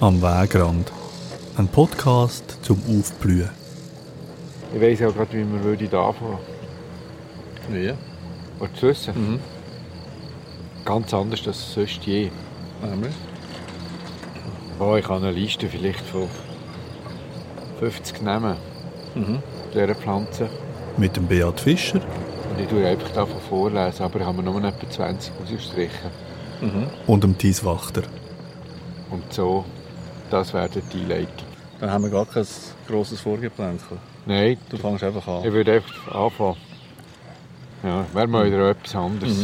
Am Wegrand. Ein Podcast zum Aufblühen. Ich weiss ja gerade, wie wir anfangen würden. Ja. Willst du es wissen? Ganz anders als sonst je. Oh, ich habe eine Liste vielleicht von 50 Namen dieser Pflanze. Mit dem Beat Fischer. Und ich tue einfach davon vorlesen, aber ich habe mir nur etwa 20 ausgestrichen. Und dem Thies Wachter. Und so, das wäre die Einleitung. Dann haben wir gar kein grosses Vorgeplänkel. Nein, Du fängst einfach an. ich würde einfach anfangen. Ja, wäre mal wieder etwas anderes.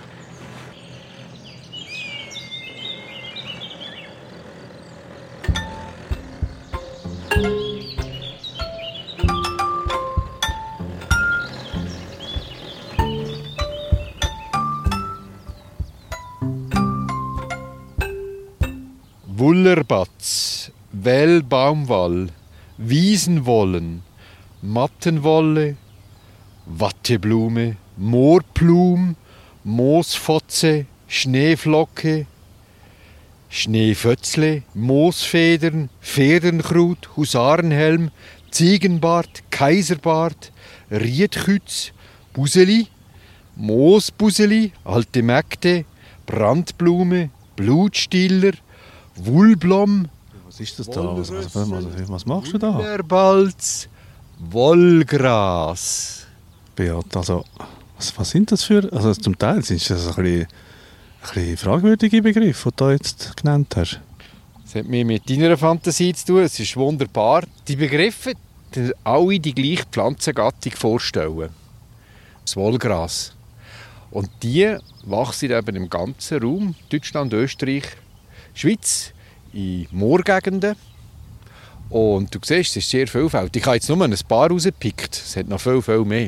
Wullerbatz, Wellbaumwall, Wiesenwollen, Mattenwolle, Watteblume, Moorplum, Moosfotze, Schneeflocke, Schneefötzle, Moosfedern, Federnkrut, Husarenhelm, Ziegenbart, Kaiserbart, Riedkütz, Buseli, Moosbuseli, alte Mägde, Brandblume, Blutstiller, Wulblom, Was ist das da? Was machst du da? Wullerbalz, Wollgras. Beat, also, was sind das für... Also zum Teil sind das ein bisschen fragwürdige Begriffe, die du jetzt genannt hast. Das hat mehr mit deiner Fantasie zu tun. Es ist wunderbar. Die Begriffe, die alle die gleiche Pflanzengattung vorstellen. Das Wollgras. Und die wachsen eben im ganzen Raum, Deutschland, Österreich, Schweiz, in Moorgegenden. Und du siehst, es ist sehr vielfältig. Ich habe jetzt nur ein paar rausgepickt. Es hat noch viel mehr.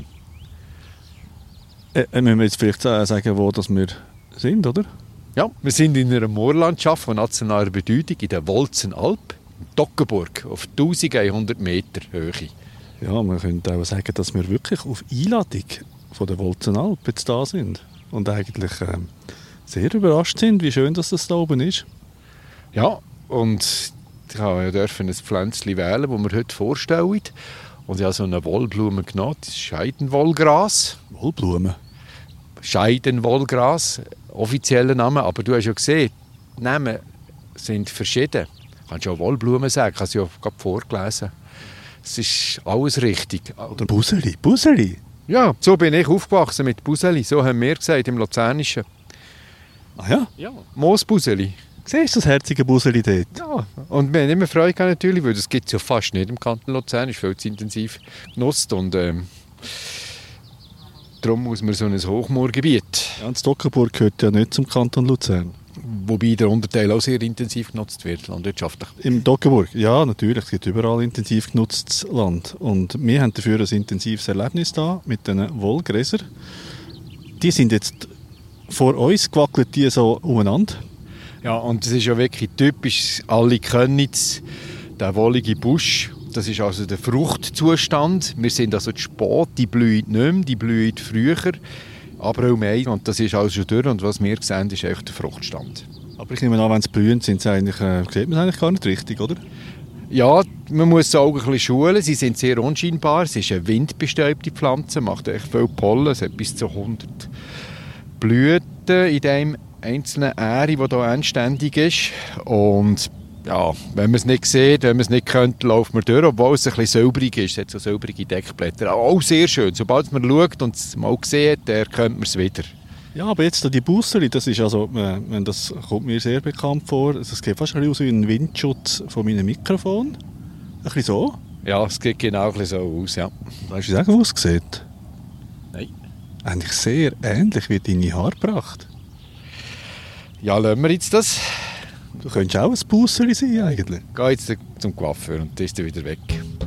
Müssen wir jetzt vielleicht sagen, wo das wir sind, oder? Ja, wir sind in einer Moorlandschaft von nationaler Bedeutung in der Wolzenalp, in Toggenburg, auf 1100 Meter Höhe. Ja, man könnte auch sagen, dass wir wirklich auf Einladung von der Wolzenalp jetzt da sind. Und eigentlich sehr überrascht sind, wie schön dass das da oben ist. Ja, und ich durfte ein Pflänzchen wählen, das wir heute vorstellen. Und ich habe so eine Wollblume genommen, das ist Scheidenwollgras. Wollblume? Scheidenwollgras, offizieller Name, aber du hast ja gesehen, die Namen sind verschieden. Du kannst ja auch Wollblume sagen, ich habe sie ja gerade vorgelesen. Es ist alles richtig. Oder Buseli? Ja, so bin ich aufgewachsen mit Buseli, so haben wir gesagt im Luzernischen. Ah ja? Ja, Moosbuseli. Siehst du das herzige Buseli dort? Ja, und wir haben immer Freude gehabt natürlich, weil das gibt es ja fast nicht im Kanton Luzern, ist viel zu intensiv genutzt und darum muss man so ein Hochmoorgebiet. Ja, und Stockenburg gehört ja nicht zum Kanton Luzern. Wobei der Unterteil auch sehr intensiv genutzt wird, landwirtschaftlich. Im Stockenburg? Ja, natürlich. Es gibt überall intensiv genutztes Land. Und wir haben dafür ein intensives Erlebnis da mit den Wollgräsern. Die sind jetzt vor uns gewackelt, die so umeinander. Ja, und das ist ja wirklich typisch, alle kennen es, der wollige Busch. Das ist also der Fruchtzustand. Wir sind also zu spät, die blühen nicht mehr, die blühen früher. April, Mai, und das ist alles schon durch. Und was wir sehen, ist echt der Fruchtstand. Aber ich nehme an, wenn sie blühen, sieht man es eigentlich gar nicht richtig, oder? Ja, man muss die Augen ein bisschen schulen. Sie sind sehr unscheinbar. Es ist eine windbestäubte Pflanze, macht echt viel Pollen. Es hat bis zu 100 Blüten in dem einzelnen Ähre, die hier endständig ist. Und ja, wenn man es nicht sieht, wenn man es nicht kennt, läuft man durch, obwohl es ein bisschen silbrig ist. Es hat so silbrige Deckblätter. Auch sehr schön. Sobald man schaut und es mal sieht, erkennt man es wieder. Ja, aber jetzt die Busserli, das ist also, das kommt mir sehr bekannt vor. Es sieht fast ein bisschen aus wie ein Windschutz von meinem Mikrofon. Ein bisschen so. Ja, es sieht genau ein bisschen so aus, ja. Weißt du sagen, wie es sieht? Nein. Eigentlich sehr ähnlich wie deine Haarpracht. Ja, lassen wir jetzt das. Du könntest auch ein Busserli sein, eigentlich. Geh jetzt zum Coiffeur und dann ist er wieder weg.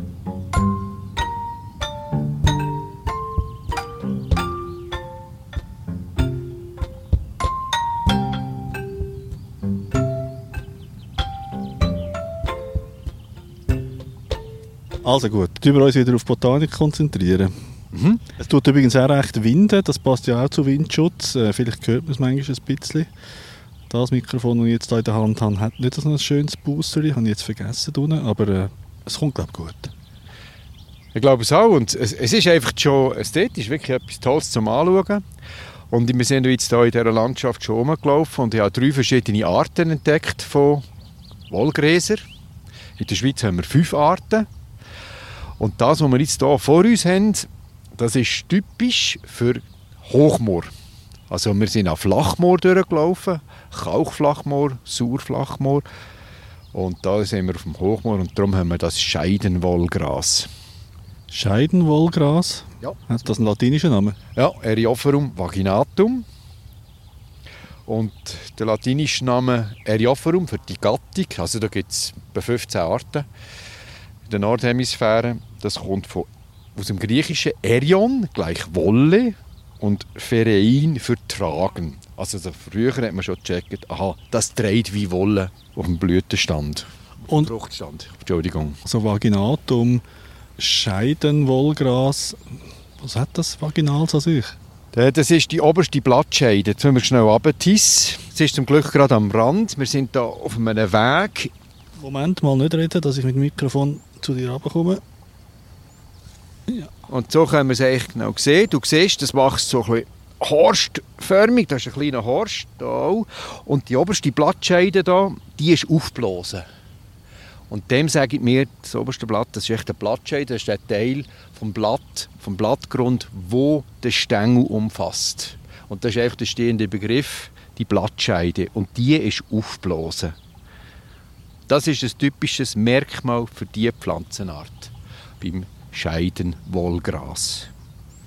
Also gut, tun wir uns wieder auf Botanik konzentrieren. Es tut übrigens auch recht winden, das passt ja auch zu Windschutz. Vielleicht hört man es manchmal ein bisschen. Das Mikrofon, das ich jetzt hier in der Hand habe, hat nicht so ein schönes Booster, habe ich jetzt vergessen, aber es kommt, glaube ich, gut. Ich glaube es auch. Und es ist einfach schon ästhetisch wirklich etwas Tolles zum Anschauen. Und wir sind jetzt hier in dieser Landschaft schon rumgelaufen und ich habe 3 verschiedene Arten entdeckt von Wollgräser. In der Schweiz haben wir 5 Arten. Und das, was wir jetzt hier vor uns haben, das ist typisch für Hochmoor. Also wir sind an Flachmoor durchgelaufen, Kalkflachmoor, Sauerflachmoor. Und da sind wir auf dem Hochmoor und darum haben wir das Scheidenwollgras. Scheidenwollgras? Ja. Hat das einen latinischen Namen? Ja, Eriophorum vaginatum. Und der latinische Name Eriophorum für die Gattung, also da gibt es etwa 15 Arten in der Nordhemisphäre. Das kommt aus dem griechischen Erion, gleich Wolle, und Pherein für Tragen. Also früher hat man schon gecheckt, aha, das trägt wie Wolle auf dem Blütenstand. Und Fruchtstand, Entschuldigung. so Vaginatum, Scheidenwollgras, was hat das Vaginals an sich? Das ist die oberste Blattscheide. Jetzt müssen wir schnell runtertissen. Es ist zum Glück gerade am Rand. Wir sind hier auf einem Weg. Moment, mal nicht reden, dass ich mit dem Mikrofon zu dir runterkomme. Ja. Und so können wir es eigentlich genau sehen. Du siehst, das wächst so ein bisschen horstförmig. Das ist ein kleiner Horst da auch. Und die oberste Blattscheide hier, die ist aufgeblasen. Und dem sage ich mir, das oberste Blatt, das ist echt der Blattscheide, das ist der Teil vom Blatt, vom Blattgrund, wo der Stängel umfasst. Und das ist einfach der stehende Begriff, die Blattscheide. Und die ist aufgeblasen. Das ist ein typisches Merkmal für diese Pflanzenart beim Scheidenwollgras.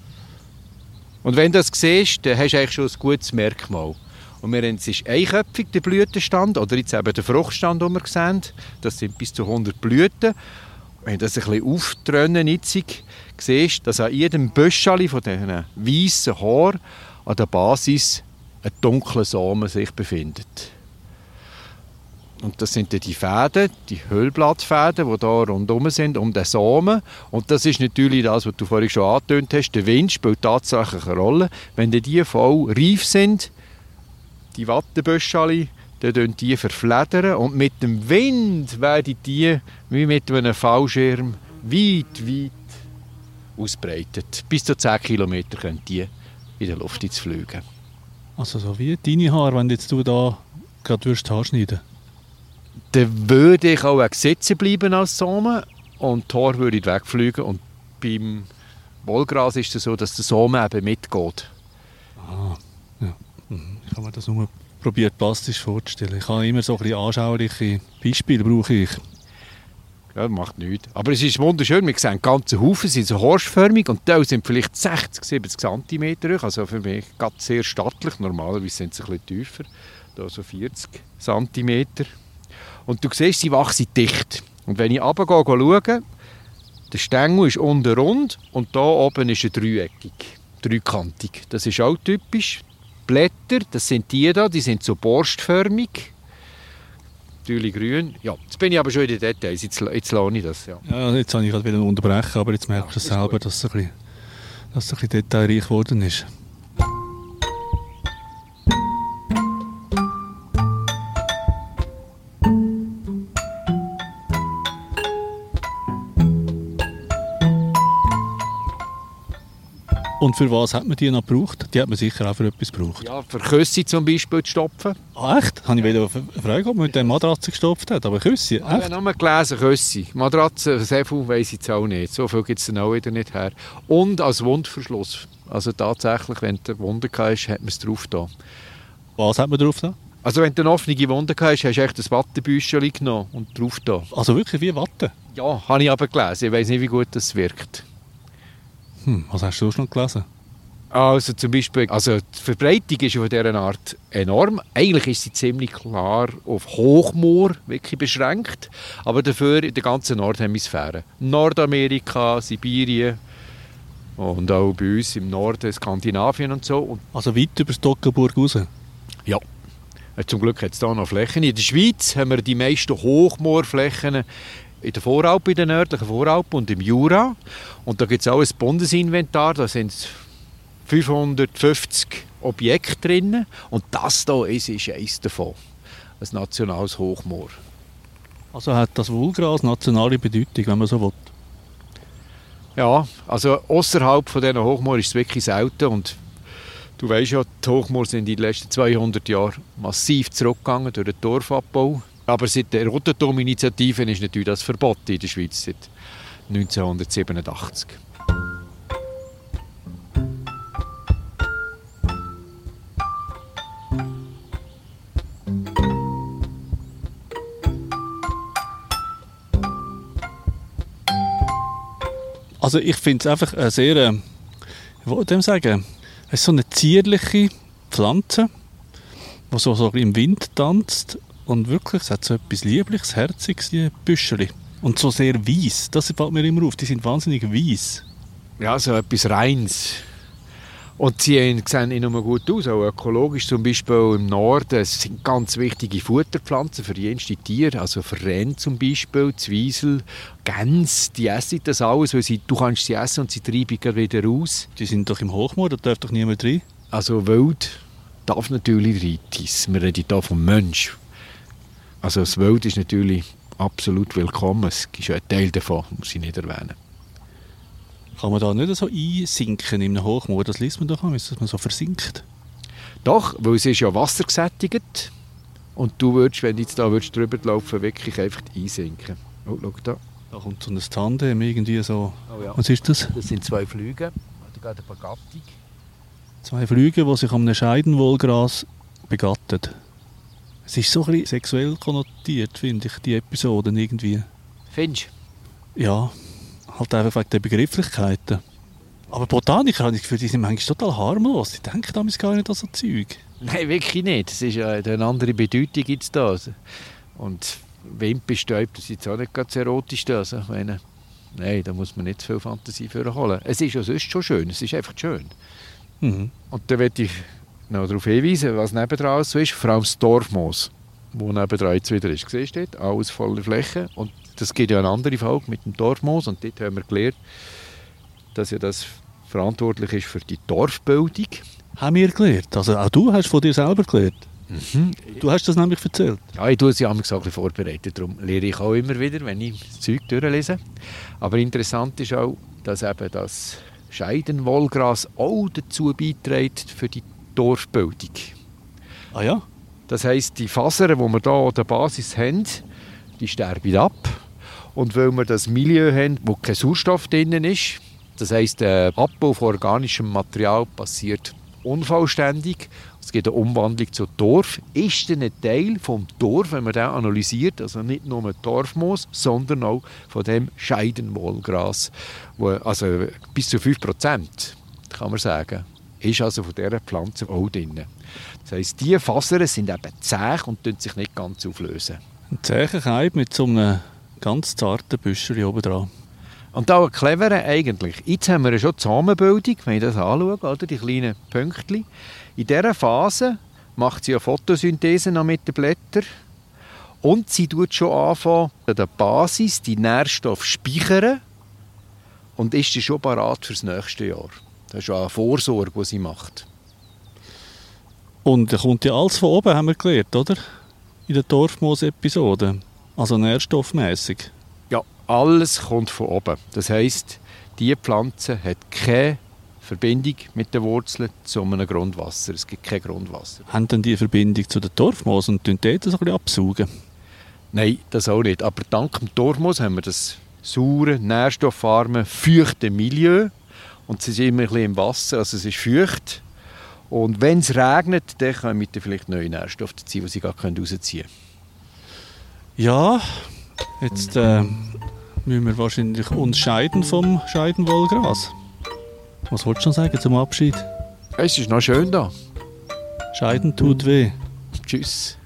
Und wenn du das siehst, dann hast du eigentlich schon ein gutes Merkmal. Und wir haben, es ist einköpfig, der Blütenstand, oder jetzt eben der Fruchtstand, den wir sehen. Das sind bis zu 100 Blüten. Wenn du das ein bisschen auftrennen jetzt siehst, dass an jedem Büscheli von diesen weißen Haaren an der Basis ein dunkler Samen sich befindet. Und das sind dann die Fäden, die Hüllblattfäden, die hier rundherum sind, um den Samen. Und das ist natürlich das, was du vorhin schon angetönt hast. Der Wind spielt tatsächlich eine Rolle. Wenn die voll reif sind, die Wattebüscheli, dann die verfledern und mit dem Wind werden die wie mit einem Fallschirm weit, weit ausbreitet. Bis zu 10 Kilometer können die in der Luft jetzt fliegen. Also so wie deine Haare, wenn jetzt du da gerade Haar schneiden. Dann würde ich auch sitzen bleiben als Samen und die Haare würde wegfliegen. Und beim Wollgras ist es so, dass der Samen eben mitgeht. Ah, ja. Ich habe mir das nur probiert, plastisch vorzustellen. Ich habe immer so ein bisschen anschauliche Beispiele, brauche ich. Ja, macht nichts. Aber es ist wunderschön, wir sehen ganze Haufen, sind so horstförmig und die sind vielleicht 60, 70 cm hoch. Also für mich gerade sehr stattlich. Normalerweise sind sie ein bisschen tiefer, da so 40 cm. Und du siehst, sie wachsen dicht. Und wenn ich runtergehe, schaue, der Stängel ist unten rund und da oben ist er dreikantig. Das ist auch typisch. Blätter, das sind die sind so borstförmig. Natürlich grün. Ja, jetzt bin ich aber schon in den Details, jetzt lasse ich das. Ja. Ja, jetzt habe ich gerade wieder unterbrechen, aber jetzt merkst du selber, dass es ein bisschen detailreich geworden ist. Und für was hat man die noch gebraucht? Die hat man sicher auch für etwas gebraucht. Ja, für Küsse zum Beispiel zu stopfen. Ah, echt? Habe ich wieder fragen, ob man mit der Matratze gestopft hat. Aber Küsse, echt? Ich habe nur gelesen, Küsse. Matratze, sehr viel weiss ich jetzt auch nicht. So viel gibt es dann auch wieder nicht her. Und als Wundverschluss. Also tatsächlich, wenn du eine Wunde hast, hat man es drauf da. Was hat man drauf da? Also wenn du eine offene Wunde hast, hast du echt ein Wattebüschchen genommen und drauf da. Also wirklich wie Watte? Ja, habe ich aber gelesen. Ich weiss nicht, wie gut das wirkt. Was hast du sonst noch gelesen? Also zum Beispiel, also die Verbreitung ist von dieser Art enorm. Eigentlich ist sie ziemlich klar auf Hochmoor wirklich beschränkt, aber dafür in der ganzen Nordhemisphäre. Nordamerika, Sibirien und auch bei uns im Norden Skandinavien und so. Und also weit über Stockenburg raus? ja, zum Glück hat es da noch Flächen. In der Schweiz haben wir die meisten Hochmoorflächen in der Voralpen, in den nördlichen Voralpen und im Jura. Und da gibt es auch ein Bundesinventar, da sind 550 Objekte drin. Und das hier ist eines davon. Ein nationales Hochmoor. Also hat das Wohlgras nationale Bedeutung, wenn man so will? Ja, also außerhalb von diesen Hochmoor ist es wirklich selten. Und du weißt ja, die Hochmoor sind in den letzten 200 Jahren massiv zurückgegangen durch den Torfabbau. Aber seit der Rototom-Initiative ist natürlich das verboten in der Schweiz seit 1987. Also ich finde es einfach eine sehr, ich wollte dem sagen, es ist so eine zierliche Pflanze, die so im Wind tanzt und wirklich, es hat so etwas Liebliches, Herziges, die Büscheli. Und so sehr weiss, das fällt mir immer auf, die sind wahnsinnig weiss. Ja, so etwas Reins. Und sie sehen nicht nur gut aus, auch ökologisch zum Beispiel im Norden. Es sind ganz wichtige Futterpflanzen für jenste Tiere, also für Rennen zum Beispiel, Zwiesel, Gänse, die essen das alles, weil du kannst sie essen und sie treiben wieder raus. Die sind doch im Hochmoor, da darf doch niemand rein. Also Wild darf natürlich rein. Wir reden hier vom Mensch. Also das Wild ist natürlich absolut willkommen. Es ist ein Teil davon, muss ich nicht erwähnen. Kann man da nicht so einsinken in einem Hochmoor? Das liest man doch an, dass man so versinkt. Doch, weil es ist ja wassergesättigt. Und du würdest, wenn du jetzt da drüber laufen, wirklich einfach einsinken. Oh, schau da. Da kommt so ein Tandem irgendwie so. Oh ja. Was ist das? Das sind 2 Flüge. Da geht eine Begattung. 2 Flüge, die sich am Scheidenwollgras begatten. Es ist so ein bisschen sexuell konnotiert, finde ich, die Episoden irgendwie. Findest du? Ja, halt einfach wegen der Begrifflichkeiten. Aber Botaniker habe ich das Gefühl, die sind manchmal total harmlos. Die denken damals gar nicht an so Zeug. Nein, wirklich nicht. Es ist eine andere Bedeutung gibt's da. Und windbestäubt, das ist jetzt auch nicht ganz erotisch. Also, ich meine, nein, da muss man nicht zu viel Fantasie für holen. Es ist ja sonst schon schön, es ist einfach schön. Mhm. Und da möchte ich noch darauf hinweisen, was nebendran so ist, vor allem das Dorfmoos, wo nebendran jetzt wieder ist. Siehst du dort? Alles voller Fläche. Und das gibt ja eine andere Folge mit dem Dorfmoos. Und dort haben wir gelernt, dass ja das verantwortlich ist für die Dorfbildung. Haben wir gelernt? Also auch du hast von dir selber gelernt? Mhm. Du hast das nämlich erzählt? Ja, ich tue es ja auch ein bisschen vorbereitet. Darum lehre ich auch immer wieder, wenn ich das Zeug durchlese. Aber interessant ist auch, dass eben das Scheidenwollgras auch dazu beiträgt für die Dorfbildung. Ah ja? Das heisst, die Fasern, die wir hier an der Basis haben, die sterben ab. Und weil wir das Milieu haben, wo kein Sauerstoff drin ist, das heisst, der Abbau von organischem Material passiert unvollständig. Es gibt eine Umwandlung zu Torf. Ist dann ein Teil vom Torf, wenn man den analysiert, also nicht nur Torfmoos, sondern auch von dem Scheidenwollgras, wo also bis zu 5%, kann man sagen, ist also von dieser Pflanze auch drin. Das heisst, diese Fasern sind eben zäh und lösen sich nicht ganz auflösen. Ein zäher Keim mit so einem ganz zarten Büschel oben dran. Und auch ein cleverer eigentlich. Jetzt haben wir schon die Samenbildung, wenn ich das anschaue, oder? Die kleinen Pünktchen. In dieser Phase macht sie eine Photosynthese noch mit den Blättern und sie tut schon anfangen, an der Basis die Nährstoffe speichern und ist dann schon bereit für das nächste Jahr. Das ist schon eine Vorsorge, die sie macht. Und da kommt ja alles von oben, haben wir gelernt, oder? In der Dorfmoos-Episode. Also nährstoffmässig. Ja, alles kommt von oben. Das heisst, diese Pflanze hat keine Verbindung mit den Wurzeln zu einem Grundwasser. Es gibt kein Grundwasser. Haben dann die Verbindung zu den Dorfmoos und tun dort so ein bisschen absaugen? Nein, das auch nicht. Aber dank dem Dorfmoos haben wir das saure, nährstoffarme, feuchte Milieu. Und es ist immer ein bisschen im Wasser, also es ist feucht. Und wenn es regnet, dann kommen vielleicht neue Nährstoffe dazu, die sie gar rausziehen können. Ja, jetzt müssen wir wahrscheinlich uns scheiden vom Scheidenwollgras. Was wolltest du noch sagen zum Abschied? Es ist noch schön da. Scheiden tut weh. Tschüss.